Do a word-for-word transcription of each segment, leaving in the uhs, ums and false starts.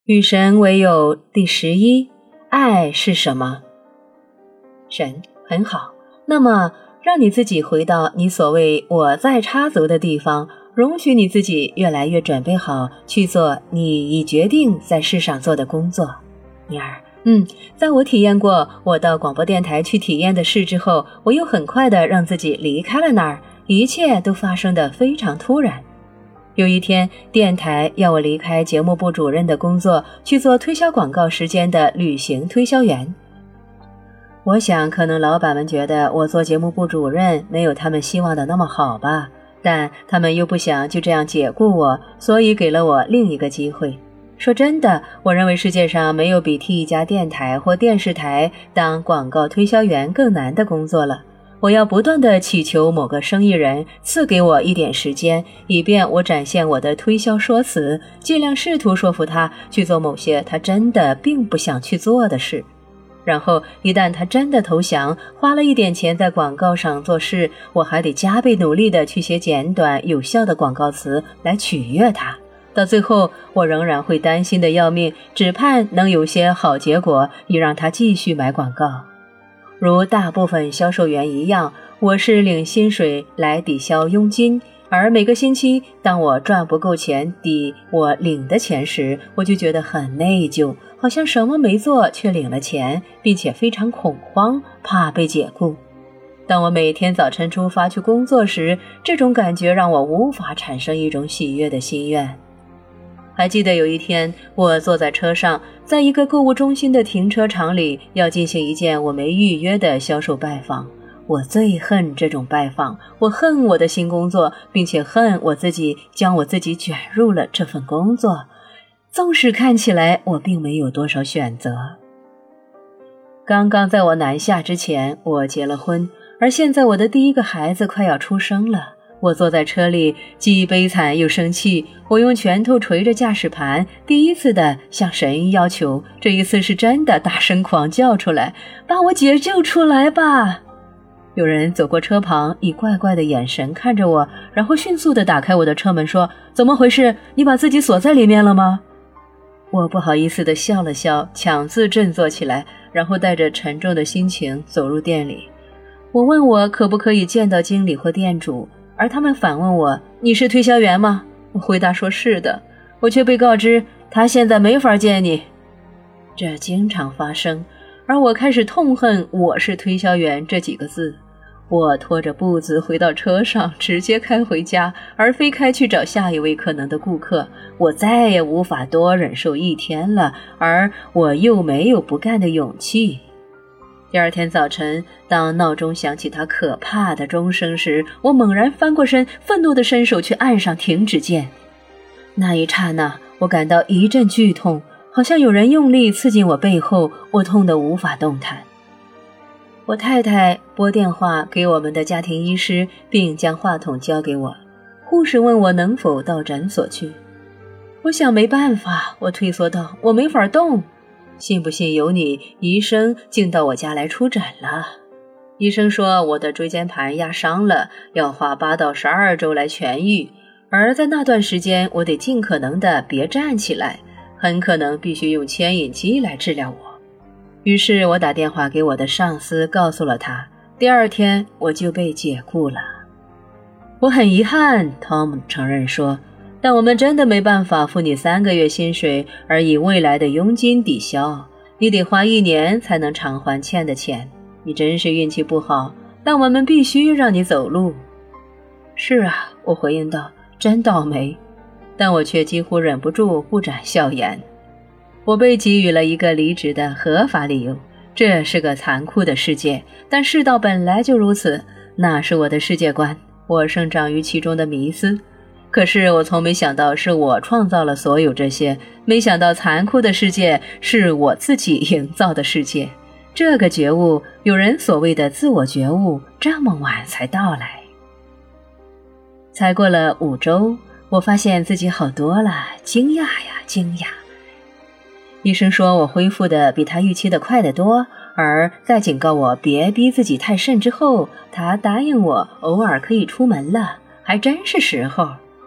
与神为友第十一，爱是什么？神，很好。那么，让你自己回到你所谓我在插足的地方，容许你自己越来越准备好去做你已决定在世上做的工作。尼尔，嗯，在我体验过我到广播电台去体验的事之后，我又很快地让自己离开了那儿，一切都发生得非常突然。有一天，电台要我离开节目部主任的工作，去做推销广告时间的旅行推销员。我想可能老板们觉得我做节目部主任没有他们希望的那么好吧，但他们又不想就这样解雇我，所以给了我另一个机会。说真的，我认为世界上没有比替一家电台或电视台当广告推销员更难的工作了。我要不断地祈求某个生意人赐给我一点时间，以便我展现我的推销说辞，尽量试图说服他去做某些他真的并不想去做的事。然后一旦他真的投降，花了一点钱在广告上做事，我还得加倍努力地去写简短有效的广告词来取悦他。到最后，我仍然会担心得要命，只盼能有些好结果，以让他继续买广告。如大部分销售员一样，我是领薪水来抵消佣金，而每个星期当我赚不够钱抵我领的钱时，我就觉得很内疚，好像什么没做却领了钱，并且非常恐慌，怕被解雇。当我每天早晨出发去工作时，这种感觉让我无法产生一种喜悦的心愿。还记得有一天，我坐在车上，在一个购物中心的停车场里，要进行一件我没预约的销售拜访。我最恨这种拜访，我恨我的新工作，并且恨我自己将我自己卷入了这份工作。纵使看起来我并没有多少选择。刚刚在我南下之前，我结了婚，而现在我的第一个孩子快要出生了。我坐在车里，既悲惨又生气。我用拳头捶着驾驶盘，第一次的向神要求，这一次是真的大声狂叫出来，把我解救出来吧！有人走过车旁，以怪怪的眼神看着我，然后迅速地打开我的车门说，怎么回事？你把自己锁在里面了吗？我不好意思地笑了笑，强自振作起来，然后带着沉重的心情走入店里。我问我可不可以见到经理或店主，而他们反问我，你是推销员吗？我回答说是的，我却被告知他现在没法见你。这经常发生，而我开始痛恨我是推销员这几个字。我拖着步子回到车上，直接开回家，而非开去找下一位可能的顾客。我再也无法多忍受一天了，而我又没有不干的勇气。第二天早晨，当闹钟响起它可怕的钟声时，我猛然翻过身，愤怒地伸手去按上停止键。那一刹那，我感到一阵剧痛，好像有人用力刺进我背后，我痛得无法动弹。我太太拨电话给我们的家庭医师，并将话筒交给我。护士问我能否到诊所去。我想没办法，我退缩道，我没法动。信不信由你，医生竟到我家来出诊了。医生说我的椎间盘压伤了，要花八到十二周来痊愈，而在那段时间我得尽可能的别站起来，很可能必须用牵引机来治疗我。于是我打电话给我的上司，告诉了他，第二天我就被解雇了。我很遗憾， Tom 承认说，但我们真的没办法付你三个月薪水，而以未来的佣金抵消，你得花一年才能偿还欠的钱。你真是运气不好，但我们必须让你走路。是啊，我回应道，真倒霉，但我却几乎忍不住不展笑颜。我被给予了一个离职的合法理由，这是个残酷的世界，但世道本来就如此，那是我的世界观，我生长于其中的迷思。可是我从没想到是我创造了所有这些，没想到残酷的世界是我自己营造的世界。这个觉悟，有人所谓的自我觉悟，这么晚才到来。才过了五周，我发现自己好多了，惊讶呀，惊讶。医生说我恢复的比他预期的快得多，而在警告我别逼自己太甚之后，他答应我偶尔可以出门了，还真是时候。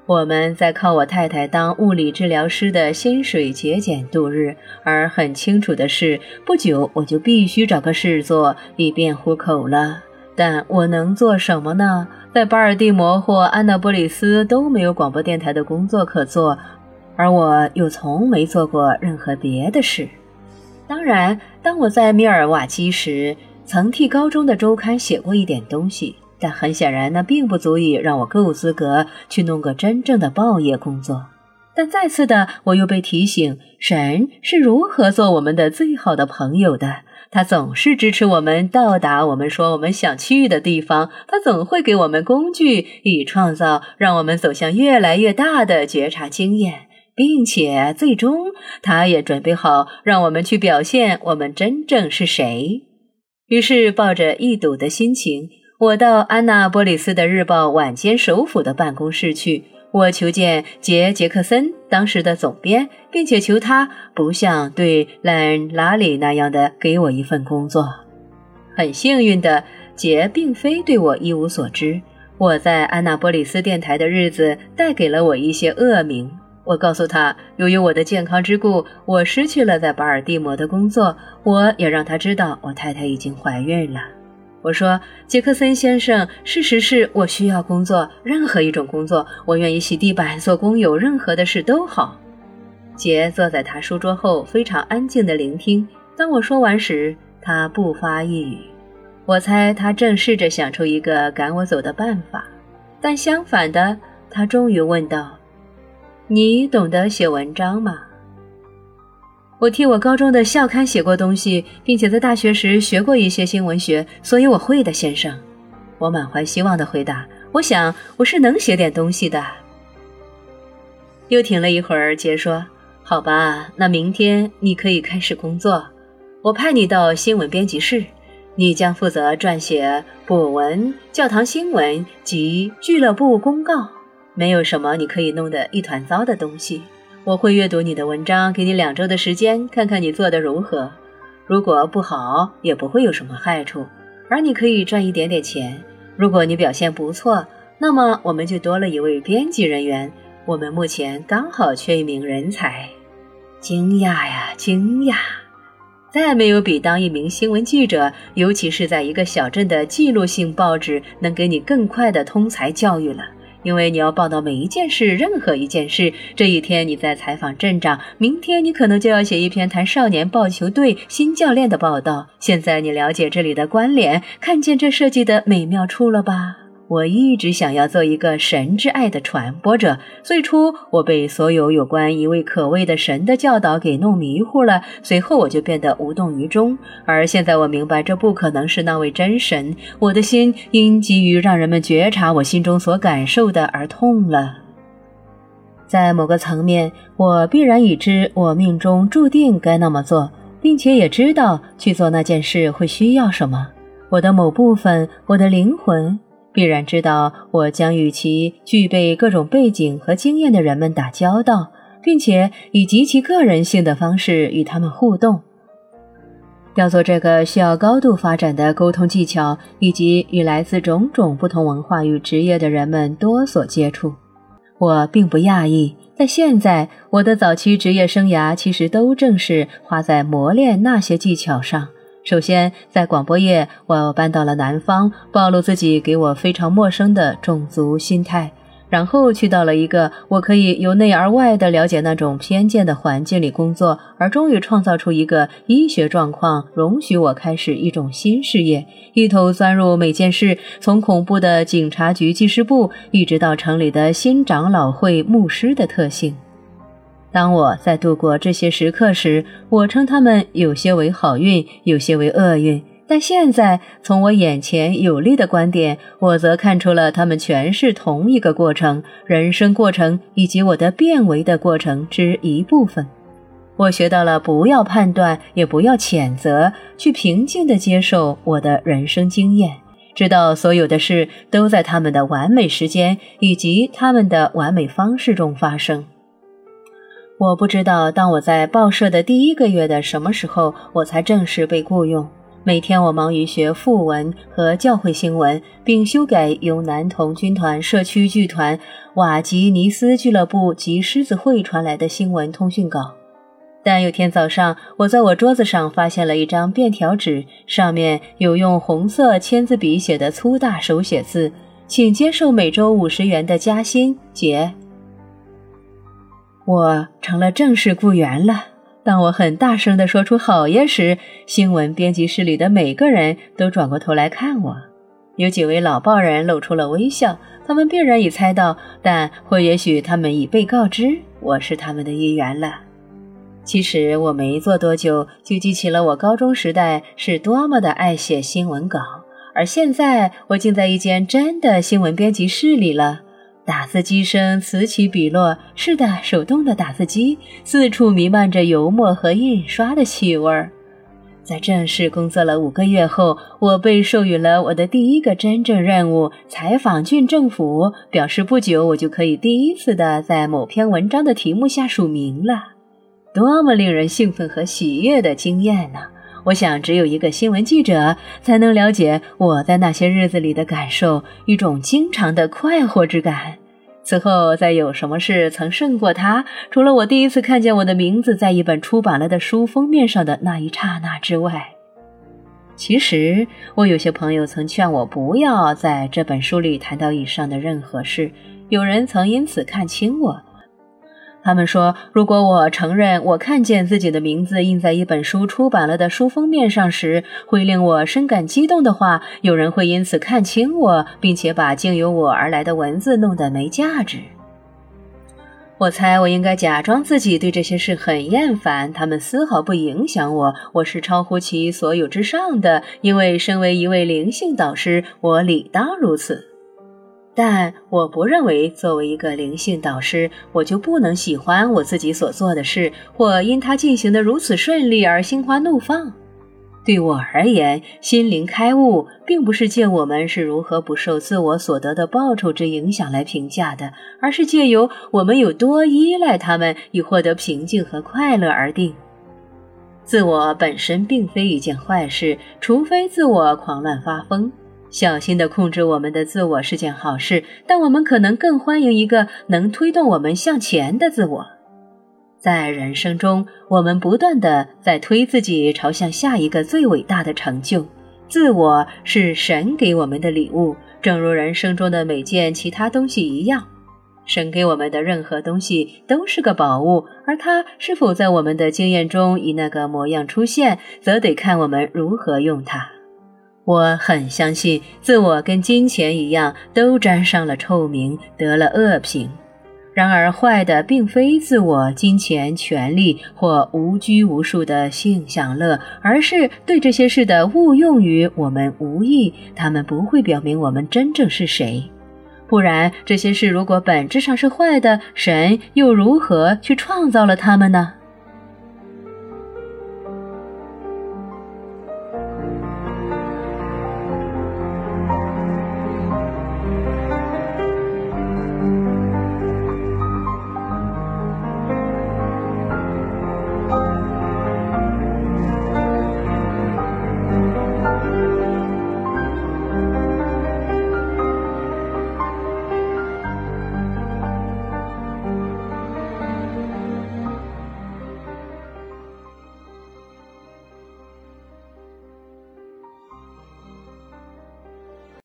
我们在靠我太太当物理治疗师的薪水节俭度日，而很清楚的是，不久我就必须找个事做，以便糊口了。但我能做什么呢？在巴尔的摩或安纳波利斯都没有广播电台的工作可做，而我又从没做过任何别的事。当然，当我在米尔瓦基时，曾替高中的周刊写过一点东西，但很显然那并不足以让我够资格去弄个真正的报业工作。但再次的，我又被提醒，神是如何做我们的最好的朋友的。他总是支持我们到达我们说我们想去的地方，他总会给我们工具，以创造让我们走向越来越大的觉察经验，并且最终他也准备好让我们去表现我们真正是谁。于是抱着一睹的心情，我到安纳波利斯的日报晚间首府的办公室去，我求见杰杰克森当时的总编，并且求他不像对莱恩拉里那样的给我一份工作。很幸运的，杰并非对我一无所知。我在安纳波利斯电台的日子带给了我一些恶名。我告诉他，由于我的健康之故，我失去了在巴尔的摩的工作。我也让他知道我太太已经怀孕了。我说，杰克森先生，事实是我需要工作，任何一种工作，我愿意洗地板、做工友，任何的事都好。杰坐在他书桌后，非常安静地聆听。当我说完时，他不发一语。我猜他正试着想出一个赶我走的办法，但相反的，他终于问道，你懂得写文章吗？我替我高中的校刊写过东西，并且在大学时学过一些新闻学，所以我会的，先生。我满怀希望地回答，我想我是能写点东西的。又停了一会儿，杰说，好吧，那明天你可以开始工作。我派你到新闻编辑室，你将负责撰写博文、教堂新闻及俱乐部公告，没有什么你可以弄得一团糟的东西。我会阅读你的文章，给你两周的时间，看看你做得如何。如果不好，也不会有什么害处，而你可以赚一点点钱。如果你表现不错，那么我们就多了一位编辑人员。我们目前刚好缺一名人才。惊讶呀，惊讶！再没有比当一名新闻记者，尤其是在一个小镇的记录性报纸，能给你更快的通才教育了。因为你要报道每一件事，任何一件事。这一天你在采访镇长，明天你可能就要写一篇谈少年棒球队新教练的报道。现在你了解这里的关联，看见这设计的美妙处了吧？我一直想要做一个神之爱的传播者。最初我被所有有关一位可畏的神的教导给弄迷糊了，随后我就变得无动于衷。而现在我明白这不可能是那位真神，我的心因急于让人们觉察我心中所感受的而痛了。在某个层面，我必然已知我命中注定该那么做，并且也知道去做那件事会需要什么。我的某部分，我的灵魂必然知道我将与其具备各种背景和经验的人们打交道，并且以极其个人性的方式与他们互动。要做这个需要高度发展的沟通技巧，以及与来自种种不同文化与职业的人们多所接触。我并不讶异，在现在我的早期职业生涯其实都正是花在磨练那些技巧上。首先，在广播业，我搬到了南方，暴露自己给我非常陌生的种族心态，然后去到了一个我可以由内而外地了解那种偏见的环境里工作，而终于创造出一个医学状况，容许我开始一种新事业，一头钻入每件事，从恐怖的警察局记事部，一直到城里的新长老会牧师的特性。当我在度过这些时刻时，我称它们有些为好运，有些为厄运，但现在从我眼前有力的观点，我则看出了它们全是同一个过程，人生过程以及我的变为的过程之一部分。我学到了不要判断，也不要谴责，去平静地接受我的人生经验，知道所有的事都在他们的完美时间以及他们的完美方式中发生。我不知道当我在报社的第一个月的什么时候，我才正式被雇佣。 每天我忙于学讣文和教会新闻，并修改由男童军团、社区剧团、瓦吉尼斯俱乐部及狮子会传来的新闻通讯稿。但有天早上，我在我桌子上发现了一张便条纸，上面有用红色签字笔写的粗大手写字：请接受每周五十元的加薪，姐。我成了正式雇员了。当我很大声地说出好耶时，新闻编辑室里的每个人都转过头来看我。有几位老报人露出了微笑，他们必然已猜到，但或也许他们已被告知我是他们的一员了。其实我没做多久，就记起了我高中时代是多么的爱写新闻稿，而现在我竟在一间真的新闻编辑室里了。打字机声此起彼落，是的，手动的打字机，四处弥漫着油墨和印刷的气味。在正式工作了五个月后，我被授予了我的第一个真正任务——采访郡政府，表示不久我就可以第一次的在某篇文章的题目下署名了。多么令人兴奋和喜悦的经验呢！我想只有一个新闻记者才能了解我在那些日子里的感受，一种经常的快活之感。此后再有什么事曾胜过它，除了我第一次看见我的名字在一本出版了的书封面上的那一刹那之外。其实我有些朋友曾劝我不要在这本书里谈到以上的任何事，有人曾因此看轻我。他们说，如果我承认我看见自己的名字印在一本书出版了的书封面上时会令我深感激动的话，有人会因此看轻我，并且把经由我而来的文字弄得没价值。我猜我应该假装自己对这些事很厌烦，他们丝毫不影响我，我是超乎其所有之上的，因为身为一位灵性导师，我理当如此。但我不认为作为一个灵性导师，我就不能喜欢我自己所做的事，或因它进行得如此顺利而心花怒放。对我而言，心灵开悟并不是借我们是如何不受自我所得的报酬之影响来评价的，而是借由我们有多依赖它们以获得平静和快乐而定。自我本身并非一件坏事，除非自我狂乱发疯。小心地控制我们的自我是件好事，但我们可能更欢迎一个能推动我们向前的自我。在人生中，我们不断地在推自己朝向下一个最伟大的成就。自我是神给我们的礼物，正如人生中的每件其他东西一样。神给我们的任何东西都是个宝物，而它是否在我们的经验中以那个模样出现，则得看我们如何用它。我很相信，自我跟金钱一样，都沾上了臭名，得了恶评。然而坏的并非自我、金钱、权力或无拘无束的性享乐，而是对这些事的误用于我们无益，它们不会表明我们真正是谁。不然，这些事如果本质上是坏的，神又如何去创造了它们呢？